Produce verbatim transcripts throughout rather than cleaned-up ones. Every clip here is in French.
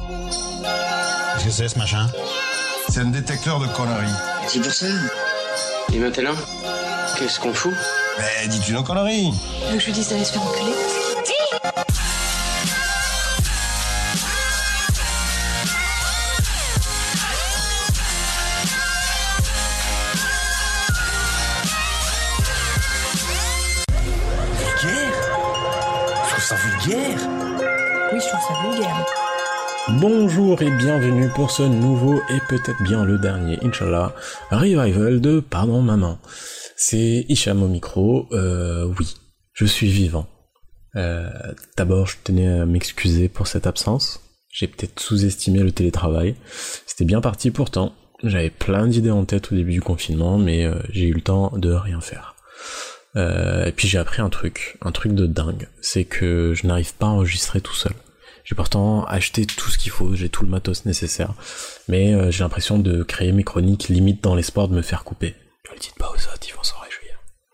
Qu'est-ce que c'est ce machin? C'est un détecteur de conneries. C'est pour ça. Et maintenant, qu'est-ce qu'on fout? Mais dis-tu nos conneries? Tu veux que je lui dise d'aller se faire enculer? Vulgaire? Je trouve ça vulgaire. Oui, je trouve ça vulgaire. Bonjour et bienvenue pour ce nouveau et peut-être bien le dernier, Inch'Allah, revival de Pardon Maman. C'est Hicham au micro, euh, oui, je suis vivant. Euh, d'abord, je tenais à m'excuser pour cette absence. J'ai peut-être sous-estimé le télétravail. C'était bien parti pourtant. J'avais plein d'idées en tête au début du confinement, mais euh, j'ai eu le temps de rien faire. Euh, et puis j'ai appris un truc, un truc de dingue, c'est que je n'arrive pas à enregistrer tout seul. J'ai pourtant acheté tout ce qu'il faut, j'ai tout le matos nécessaire, mais euh, j'ai l'impression de créer mes chroniques limite dans l'espoir de me faire couper. Ne le dites pas aux autres, ils vont s'en réjouir.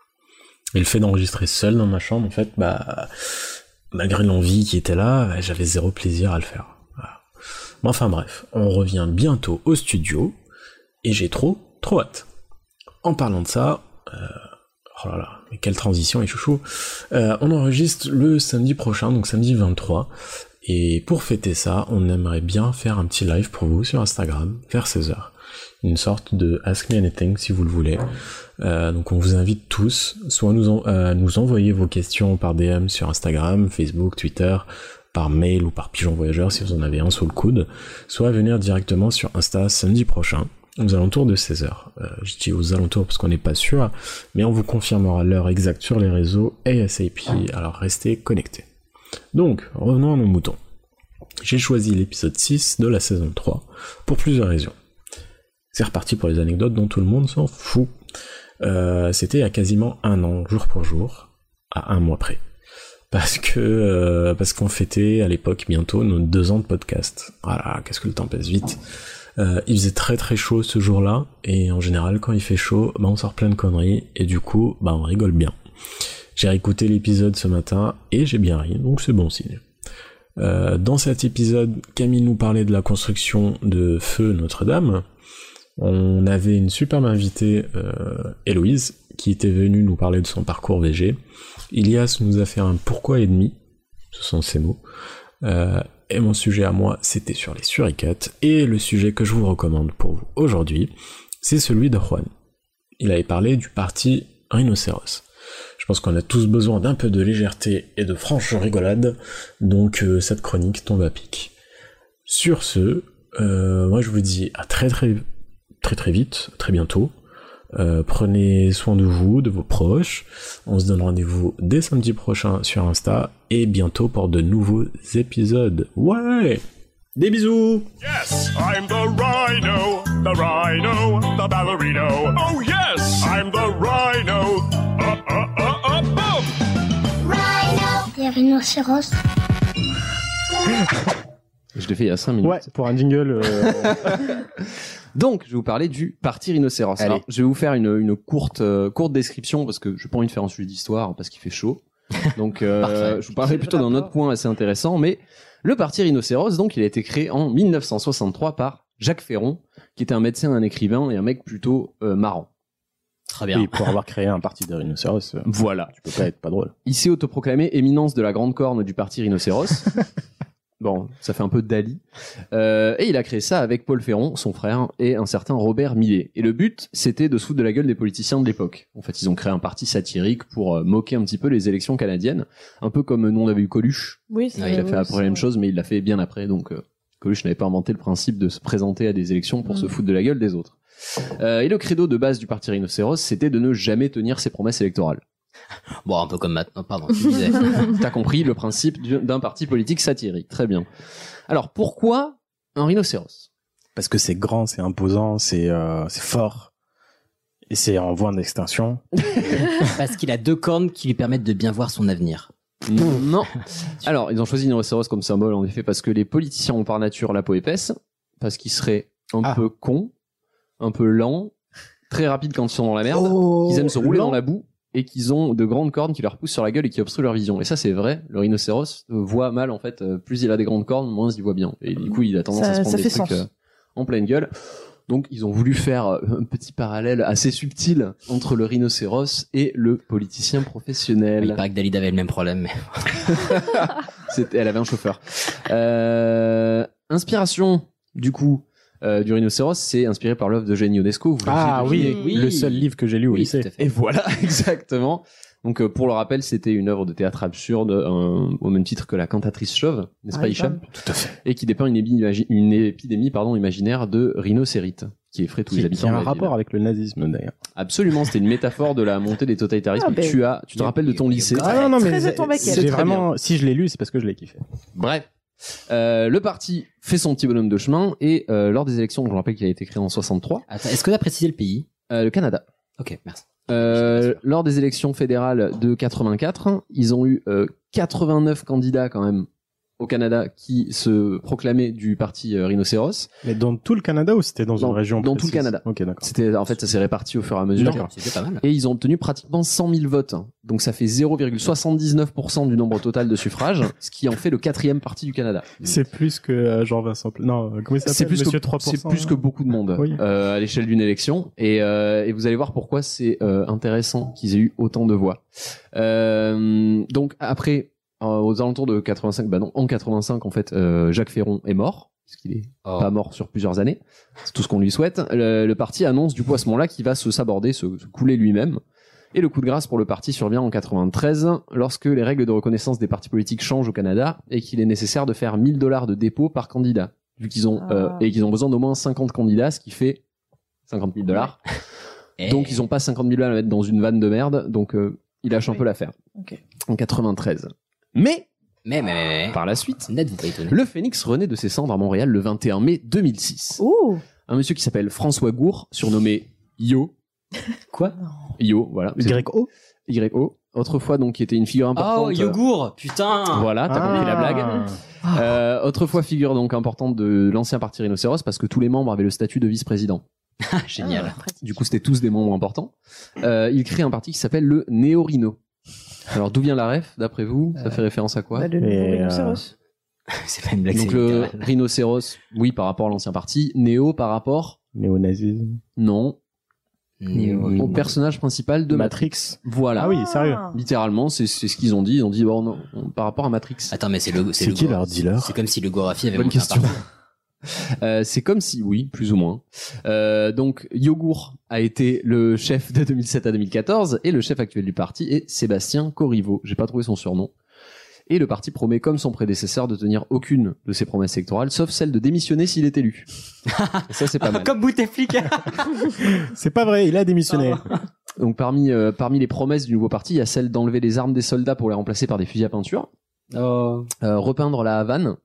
Et le fait d'enregistrer seul dans ma chambre, en fait, bah, malgré l'envie qui était là, bah, j'avais zéro plaisir à le faire. Voilà. Mais enfin bref, on revient bientôt au studio, et j'ai trop, trop hâte. En parlant de ça, euh, oh là là, mais quelle transition les chouchous, euh, on enregistre le samedi prochain, donc samedi vingt-trois, et pour fêter ça, on aimerait bien faire un petit live pour vous sur Instagram, vers seize heures. Une sorte de Ask Me Anything si vous le voulez. Euh, donc on vous invite tous, soit à nous, en, euh, nous envoyer vos questions par D M sur Instagram, Facebook, Twitter, par mail ou par pigeon voyageur si vous en avez un sous le coude, soit à venir directement sur Insta samedi prochain, aux alentours de seize heures. Euh, je dis aux alentours parce qu'on n'est pas sûr, mais on vous confirmera l'heure exacte sur les réseaux ASAP, alors restez connectés. Donc, revenons à nos moutons. J'ai choisi l'épisode six de la saison trois, pour plusieurs raisons. C'est reparti pour les anecdotes dont tout le monde s'en fout. Euh, c'était il y a quasiment un an, jour pour jour, à un mois près. Parce que euh, parce qu'on fêtait à l'époque bientôt nos deux ans de podcast. Voilà, qu'est-ce que le temps passe vite. Euh, il faisait très très chaud ce jour-là, et en général quand il fait chaud, bah on sort plein de conneries, et du coup, bah on rigole bien. J'ai réécouté l'épisode ce matin, et j'ai bien ri, donc c'est bon signe. Euh, dans cet épisode, Camille nous parlait de la construction de Feu Notre-Dame. On avait une superbe invitée, euh, Héloïse, qui était venue nous parler de son parcours V G. Ilias nous a fait un pourquoi et demi, ce sont ces mots. Euh, et mon sujet à moi, c'était sur les suricates, et le sujet que je vous recommande pour vous aujourd'hui, c'est celui de Juan. Il avait parlé du parti rhinocéros. Je pense qu'on a tous besoin d'un peu de légèreté et de franche rigolade, donc euh, cette chronique tombe à pic. Sur ce, euh, moi je vous dis à très très très très vite, très bientôt. Euh, prenez soin de vous, de vos proches. On se donne rendez-vous dès samedi prochain sur Insta, et bientôt pour de nouveaux épisodes. Ouais! Des bisous! Yes, I'm the rhino, the rhino, the ballerino. Oh yes, I'm the rhino. Uh, uh, uh, uh, boom! Rhino! Les rhinocéros. Je l'ai fait il y a cinq minutes. Ouais, pour un jingle. Euh... Donc, je vais vous parler du parti rhinocéros. Alors, je vais vous faire une, une courte, euh, courte description parce que je n'ai pas envie de faire un sujet d'histoire parce qu'il fait chaud. Donc, euh, je vous parlerai plutôt d'un autre point assez intéressant. Mais le parti rhinocéros, donc, il a été créé en mille neuf cent soixante-trois par Jacques Ferron, qui était un médecin, un écrivain et un mec plutôt euh, marrant. Très bien. Et pour avoir créé un parti de rhinocéros, euh, voilà, tu peux pas être pas drôle. Il s'est autoproclamé éminence de la grande corne du parti rhinocéros. Bon, ça fait un peu Dali. Euh, et il a créé ça avec Paul Ferron, son frère, et un certain Robert Millet. Et le but, c'était de se foutre de la gueule des politiciens de l'époque. En fait, ils ont créé un parti satirique pour euh, moquer un petit peu les élections canadiennes. Un peu comme nous, on avait eu Coluche. Oui, c'est euh, Il a fait après la même chose, mais il l'a fait bien après. Donc, euh, Coluche n'avait pas inventé le principe de se présenter à des élections pour mmh. se foutre de la gueule des autres. Euh, et le credo de base du parti rhinocéros, c'était de ne jamais tenir ses promesses électorales. Bon, un peu comme maintenant, pardon, tu disais. T'as compris le principe d'un parti politique satirique, très bien. Alors, pourquoi un rhinocéros? Parce que c'est grand, c'est imposant, c'est euh, c'est fort, et c'est en voie d'extinction. Parce qu'il a deux cornes qui lui permettent de bien voir son avenir. Non, non. Alors, ils ont choisi le rhinocéros comme symbole, en effet, parce que les politiciens ont par nature la peau épaisse, parce qu'ils seraient un ah. peu cons, un peu lents, très rapides quand ils sont dans la merde, oh, ils aiment se rouler lent. dans la boue, et qu'ils ont de grandes cornes qui leur poussent sur la gueule et qui obstruent leur vision. Et ça, c'est vrai. Le rhinocéros voit mal, en fait. Plus il a des grandes cornes, moins il voit bien. Et du coup, il a tendance Ça- à se prendre ça des fait trucs sens. euh, en pleine gueule. Donc, ils ont voulu faire un petit parallèle assez subtil entre le rhinocéros et le politicien professionnel. Il paraît que Dalida avait le même problème. Mais... C'était, elle avait un chauffeur. Euh, inspiration, du coup, euh, du rhinocéros, c'est inspiré par l'œuvre d'Eugène Ionesco. Vous Ah l'aviez oui, deviné. le seul livre que j'ai lu au Oui, lycée. tout à fait. Et voilà, exactement. Donc, euh, pour le rappel, c'était une œuvre de théâtre absurde, euh, au même titre que La Cantatrice chauve, n'est-ce Ah, pas, il Hicham? Tout à fait. Et qui dépeint une, ébi- imagi- une épidémie, pardon, imaginaire de rhinocérite, qui effraie tous Qui, les qui habitants a de un la rapport ville. avec le nazisme d'ailleurs. Absolument, c'était une métaphore de la montée des totalitarismes. Ah, ben, tu as, tu te rappelles de ton lycée. Ah non, non, mais Très c'est- atomique, c'est elle. j'ai Très vraiment, si je l'ai lu, c'est parce que je l'ai kiffé. Bref. Euh, le parti fait son petit bonhomme de chemin et euh, lors des élections, je me rappelle qu'il a été créé en soixante-trois, Attends, est-ce que tu as précisé le pays? euh, le Canada. Ok, merci. Euh, lors des élections fédérales de quatre-vingt-quatre, ils ont eu euh, quatre-vingt-neuf candidats quand même au Canada qui se proclamaient du parti euh, rhinocéros. Mais dans tout le Canada ou c'était dans, Dans- une région dans tout précise le Canada. Ok, d'accord. C'était, en fait, ça s'est réparti au fur et à mesure. D'accord. C'était pas mal. Et ils ont obtenu pratiquement cent mille votes. Donc ça fait zéro virgule soixante-dix-neuf pour cent du nombre total de suffrages, ce qui en fait le quatrième parti du Canada. C'est plus que euh, Jean-Vincent. Pla- Non, euh, comment il s'appelle? C'est plus, Monsieur que, trois pour cent, c'est plus hein. que beaucoup de monde Oui. euh, à l'échelle d'une élection. Et, euh, et vous allez voir pourquoi c'est euh, intéressant qu'ils aient eu autant de voix. Euh, donc après, euh, aux alentours de quatre-vingt-cinq, bah non, en quatre-vingt-cinq en fait, euh, Jacques Ferron est mort, parce qu'il est Oh. pas mort sur plusieurs années. C'est tout ce qu'on lui souhaite. Le, le parti annonce du coup à ce moment-là qu'il va se saborder, se, se couler lui-même. Et le coup de grâce pour le parti survient en quatre-vingt-treize, lorsque les règles de reconnaissance des partis politiques changent au Canada et qu'il est nécessaire de faire mille dollars de dépôt par candidat, vu qu'ils ont euh, Ah. et qu'ils ont besoin d'au moins cinquante candidats, ce qui fait cinquante mille dollars. Et- Donc ils ont pas cinquante mille dollars à mettre dans une vanne de merde, donc euh, il lâche un Oui. peu l'affaire. Ok. En quatre-vingt-treize. Mais Mais, mais, mais, mais. par la suite, N'êtes-vous pas étonné? le Phénix renaît de ses cendres à Montréal le vingt et un mai deux mille six. Ouh. Un monsieur qui s'appelle François Gour, surnommé Yo. Quoi? Yo, voilà. Y O Y O. Autrefois donc qui était une figure importante. Oh, yogourt! Putain! Voilà, t'as compris la blague. Euh, autrefois figure donc importante de l'ancien parti rhinocéros parce que tous les membres avaient le statut de vice-président. Ah, génial. Ah, pratique. Du coup, c'était tous des membres importants. Euh, il crée un parti qui s'appelle le Néo-Rhino. Alors, d'où vient la ref, d'après vous? Ça fait référence à quoi? Bah, le Et, nouveau euh, rhinocéros. C'est pas une blague, Donc c'est le littéral. rhinocéros, oui, par rapport à l'ancien parti. Néo par rapport, Néo-nazisme. non, Néo- au personnage principal de Matrix. Matrix. Voilà. Ah oui, sérieux. Littéralement, c'est c'est ce qu'ils ont dit. Ils ont dit, bon, non, on- par rapport à Matrix. Attends, mais c'est le, C'est le qui go- leur dealer? C'est comme si le Gorafi avait Bonne monté un question. parti. Euh, c'est comme si, oui, plus ou moins. Euh, donc, Yogourt a été le chef de deux mille sept à deux mille quatorze et le chef actuel du parti est Sébastien Corriveau. J'ai pas trouvé son surnom. Et le parti promet, comme son prédécesseur, de tenir aucune de ses promesses électorales, sauf celle de démissionner s'il est élu. Et ça, c'est pas mal. Comme Bouteflika. C'est pas vrai, il a démissionné. Donc, parmi, euh, parmi les promesses du nouveau parti, il y a celle d'enlever les armes des soldats pour les remplacer par des fusils à peinture, Oh. euh, repeindre la Havane,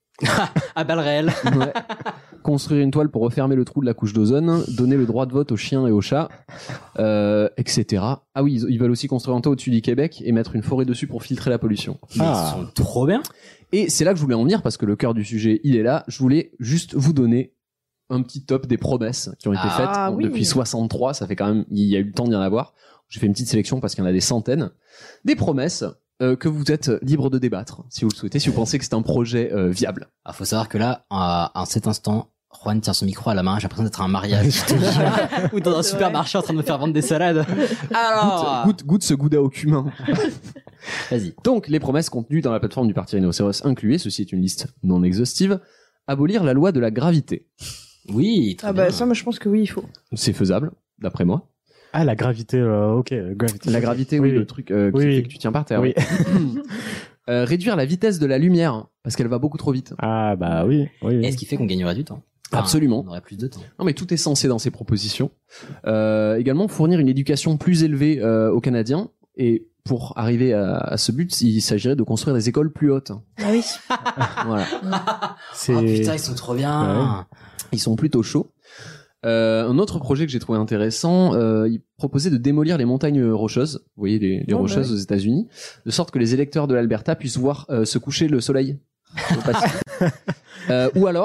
À balles réelles. ouais. Construire une toile pour refermer le trou de la couche d'ozone, donner le droit de vote aux chiens et aux chats, euh, et cetera. Ah oui, ils, ils veulent aussi construire un toit au-dessus du Québec et mettre une forêt dessus pour filtrer la pollution. Mais Ah. ils sont trop bien. Et c'est là que je voulais en venir parce que le cœur du sujet, il est là. Je voulais juste vous donner un petit top des promesses qui ont été Ah, faites oui. depuis soixante-trois. Ça fait quand même, il y a eu le temps d'y en avoir. J'ai fait une petite sélection parce qu'il y en a des centaines. Des promesses euh, que vous êtes libre de débattre, si vous le souhaitez, si vous pensez que c'est un projet euh, viable. Ah, faut savoir que là, à, à cet instant, Juan tient son micro à la main. J'ai l'impression d'être à un mariage. Ou dans un C'est supermarché en train de me faire vendre des salades. Alors. Goûte, goûte, goûte ce gouda au cumin. Vas-y. Donc, les promesses contenues dans la plateforme du parti rhinocéros incluaient, ceci est une liste non exhaustive, abolir la loi de la gravité. Oui, très Ah bien. bah ça, moi je pense que oui, il faut. C'est faisable, d'après moi. Ah, la gravité, euh, ok, euh, gravity. La gravité, oui, le truc euh, qui Oui, fait oui. que tu tiens par terre. Oui. oui. Euh, réduire la vitesse de la lumière, parce qu'elle va beaucoup trop vite. Ah, bah oui, oui. oui. Est-ce qui fait qu'on gagnerait du temps? Enfin, Absolument. On aurait plus de temps. Non, mais tout est censé dans ces propositions. Euh, également, fournir une éducation plus élevée euh, aux Canadiens. Et pour arriver à, à ce but, il s'agirait de construire des écoles plus hautes. Ah oui. Voilà. C'est... Oh putain, ils sont trop bien. Ils sont plutôt chauds. Euh, un autre projet que j'ai trouvé intéressant, euh, il proposait de démolir les montagnes rocheuses, vous voyez les, les Oh, rocheuses bah aux États-Unis, de sorte que les électeurs de l'Alberta puissent voir euh, se coucher le soleil au Pacifique. euh, ou alors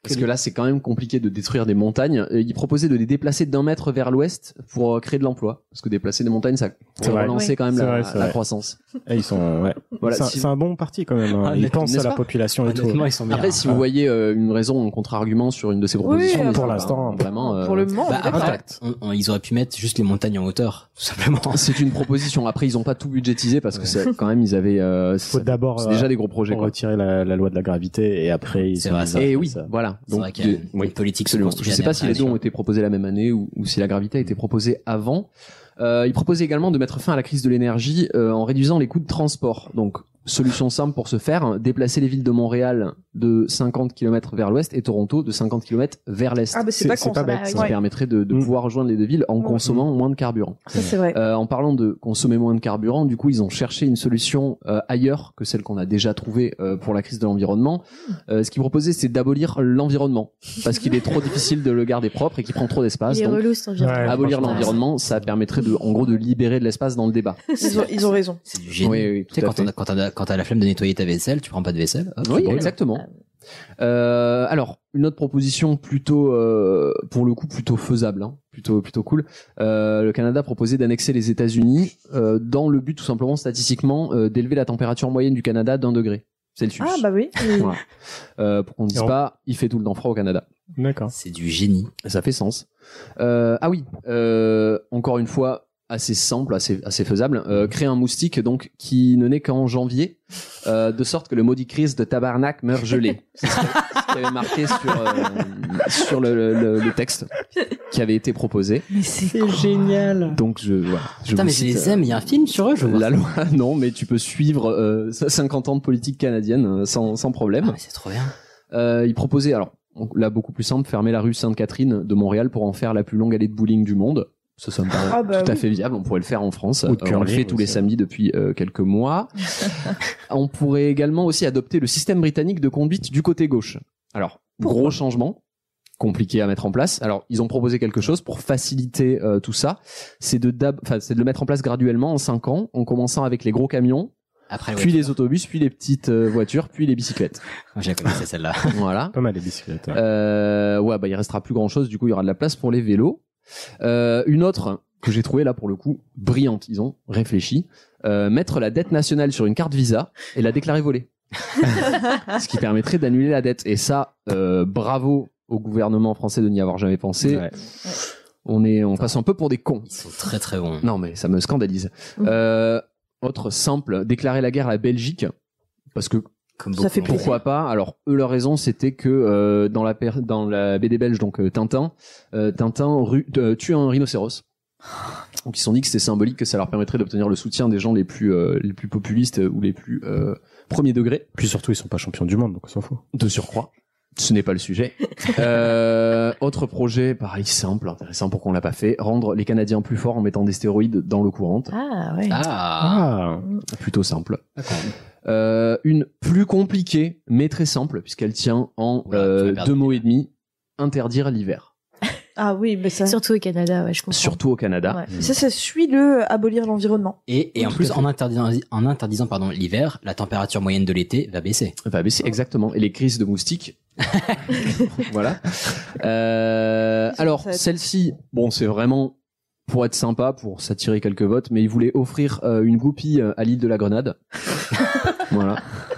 Parce que là, c'est quand même compliqué de détruire des montagnes. Et il proposait de les déplacer d'un mètre vers l'ouest pour créer de l'emploi. Parce que déplacer des montagnes, ça pourrait relancer oui. quand même la, vrai, la croissance. Et ils sont, ouais. Voilà, c'est, si... c'est un bon parti quand même. Hein. Ah, ils pensent à la population et tout. Ils sont après, si vous voyez euh, une raison, un contre-argument sur une de ces propositions, oui, pour l'instant, pas, vraiment. Euh, pour le moment, bah, après, on, on, ils auraient pu mettre juste les montagnes en hauteur, tout simplement. C'est une proposition. Après, ils ont pas tout budgétisé parce que c'est, quand même, ils avaient. Euh, Faut ça, d'abord. C'est déjà des gros projets. Retirer la, la loi de la gravité et après ils. C'est vrai. Et oui, voilà. Donc, oui, politique. Je sais pas si les deux ont été proposés la même année ou, ou si la gravité a été proposée avant. Euh, il proposait également de mettre fin à la crise de l'énergie euh, en réduisant les coûts de transport. Donc, solution simple pour ce faire, déplacer les villes de Montréal de cinquante kilomètres vers l'ouest et Toronto de cinquante kilomètres vers l'est. Ah, bah c'est, c'est pas, c'est con, pas bête. Ça ouais. permettrait de, de mmh. pouvoir rejoindre les deux villes en mmh. consommant mmh. moins de carburant. Ça, c'est vrai. Euh, en parlant de consommer moins de carburant, du coup, ils ont cherché une solution euh, ailleurs que celle qu'on a déjà trouvée euh, pour la crise de l'environnement. Euh, ce qu'ils proposaient, c'est d'abolir l'environnement parce qu'il est trop difficile de le garder propre et qu'il prend trop d'espace. Il est donc, relou, cet environnement. Ouais, abolir l'environnement, ça permettrait de, en gros, de libérer de l'espace dans le débat. Ils ont, ils ont raison. C'est du génie. Oui, oui, tu sais, quand, on a, quand, on a, quand t'as la flemme de nettoyer ta vaisselle, tu prends pas de vaisselle. Hop, oui, exactement. Euh, alors, une autre proposition plutôt, euh, pour le coup, plutôt faisable, hein, plutôt, plutôt cool. Euh, le Canada proposait d'annexer les États-Unis euh, dans le but, tout simplement, statistiquement, euh, d'élever la température moyenne du Canada d'un degré Celsius. Ah bah oui. Voilà. Euh, pour qu'on dise pas, il fait tout le temps froid au Canada. D'accord. C'est du génie. Ça fait sens. Euh, ah oui. Euh, encore une fois. Assez simple, assez assez faisable. Euh, créer un moustique donc qui ne naît qu'en janvier, euh, de sorte que le maudit Christ de tabarnak meurt gelé. C'est ce qui avait marqué sur euh, sur le, le, le texte qui avait été proposé. Mais c'est, c'est génial. Donc je voilà. Je Putain mais je les aime. Il y a un film sur eux. Je vois la loi non, mais tu peux suivre euh, cinquante ans de politique canadienne euh, sans sans problème. Ah mais c'est trop bien. Euh, il proposait alors là beaucoup plus simple, fermer la rue Sainte-Catherine de Montréal pour en faire la plus longue allée de bowling du monde. Ça, ça me paraît ah bah tout oui. à fait viable. On pourrait le faire en France. Euh, on le fait tous les samedis depuis euh, quelques mois. On pourrait également aussi adopter le système britannique de conduite du côté gauche. Alors, Pourquoi gros changement, compliqué à mettre en place. Alors, ils ont proposé quelque chose pour faciliter euh, tout ça. C'est de, dab... enfin, c'est de le mettre en place graduellement en cinq ans, en commençant avec les gros camions. Après, puis les autobus, puis les petites euh, voitures, puis les bicyclettes. J'ai connaissé celle-là. Voilà. Pas mal les bicyclettes. Hein. Euh, ouais, bah il restera plus grand-chose. Du coup, il y aura de la place pour les vélos. Euh, une autre que j'ai trouvée là pour le coup brillante, ils ont réfléchi, euh, mettre la dette nationale sur une carte Visa et la déclarer volée. Ce qui permettrait d'annuler la dette. Et ça, euh, bravo au gouvernement français de n'y avoir jamais pensé. Ouais. On est, on passe un peu pour des cons. Ils sont très très bons. Non mais ça me scandalise. Mmh. Euh, autre simple, déclarer la guerre à la Belgique parce que Comme ça fait pourquoi pas. Alors eux leur raison c'était que euh, dans la per- dans la B D belge donc euh, Tintin euh, Tintin ru- euh, tue un rhinocéros. Donc ils se sont dit que c'était symbolique, que ça leur permettrait d'obtenir le soutien des gens les plus euh, les plus populistes euh, ou les plus euh, premier degré. Puis surtout ils sont pas champions du monde donc on s'en fout. De surcroît. Ce n'est pas le sujet. euh, autre projet, pareil, simple, intéressant, pourquoi on l'a pas fait, rendre les Canadiens plus forts en mettant des stéroïdes dans l'eau courante. Ah ouais. Ah, ah. Plutôt simple. D'accord. Euh, une plus compliquée, mais très simple, puisqu'elle tient en euh, deux mots et demi, interdire l'hiver. Ah oui, mais ça... Surtout au Canada, ouais, je comprends. Surtout au Canada. Ouais. Mmh. Ça, ça suit le abolir l'environnement. Et, et en plus, en interdisant, en interdisant pardon, l'hiver, la température moyenne de l'été va baisser. Va baisser, exactement. Et les crises de moustiques. Voilà. Euh, alors, celle-ci, bon, c'est vraiment pour être sympa, pour s'attirer quelques votes, mais ils voulaient offrir euh, une goupille à l'île de la Grenade. Voilà.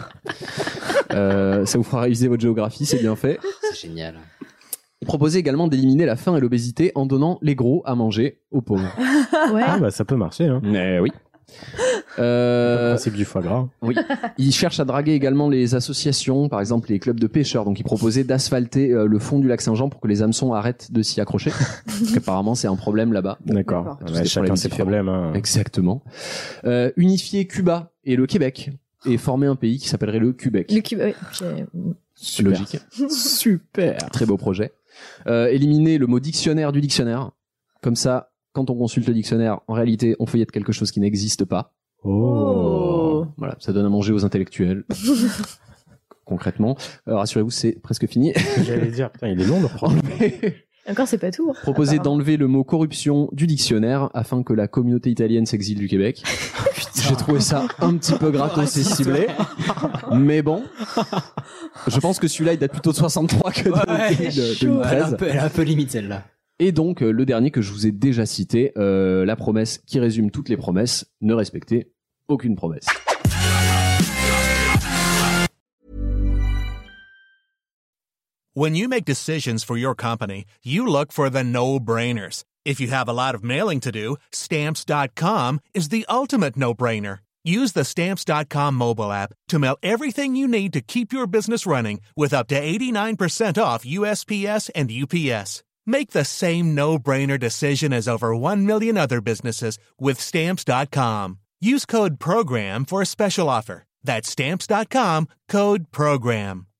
Euh, ça vous fera réviser votre géographie, c'est bien fait. C'est génial. Il proposait également d'éliminer la faim et l'obésité en donnant les gros à manger aux pauvres. Ouais. Ah bah ça peut marcher. Hein. Mais oui. Euh, le principe du foie gras. Oui. Il cherche à draguer également les associations, par exemple les clubs de pêcheurs. Donc il proposait d'asphalter euh, le fond du lac Saint-Jean pour que les hameçons arrêtent de s'y accrocher. Parce qu'apparemment c'est un problème là-bas. D'accord. D'accord. Ouais, chacun ses problèmes. Hein. Exactement. Euh, unifier Cuba et le Québec et former un pays qui s'appellerait le Québec. Le Québec. Oui. Super. Logique. Super. Très beau projet. Euh, éliminer le mot dictionnaire du dictionnaire. Comme ça, quand on consulte le dictionnaire, en réalité, on feuillette quelque chose qui n'existe pas. Oh. Voilà, ça donne à manger aux intellectuels. Concrètement. Euh, rassurez-vous, c'est presque fini. J'allais dire, putain, il est long de reprendre. Encore, c'est pas tout. Hein. Proposé d'enlever le mot corruption du dictionnaire afin que la communauté italienne s'exile du Québec. J'ai trouvé ça un petit peu gratos et ciblé. Mais bon. Je pense que celui-là, il date plutôt de soixante-trois que de, ouais, de, de, de deux mille treize. Elle est un peu, elle est un peu limite, celle-là. Et donc, euh, le dernier que je vous ai déjà cité, euh, la promesse qui résume toutes les promesses, ne respecter aucune promesse. When you make decisions for your company, you look for the no-brainers. If you have a lot of mailing to do, Stamps dot com is the ultimate no-brainer. Use the Stamps dot com mobile app to mail everything you need to keep your business running with up to eighty-nine percent off U S P S and U P S. Make the same no-brainer decision as over one million other businesses with Stamps dot com. Use code PROGRAM for a special offer. That's Stamps dot com, code PROGRAM.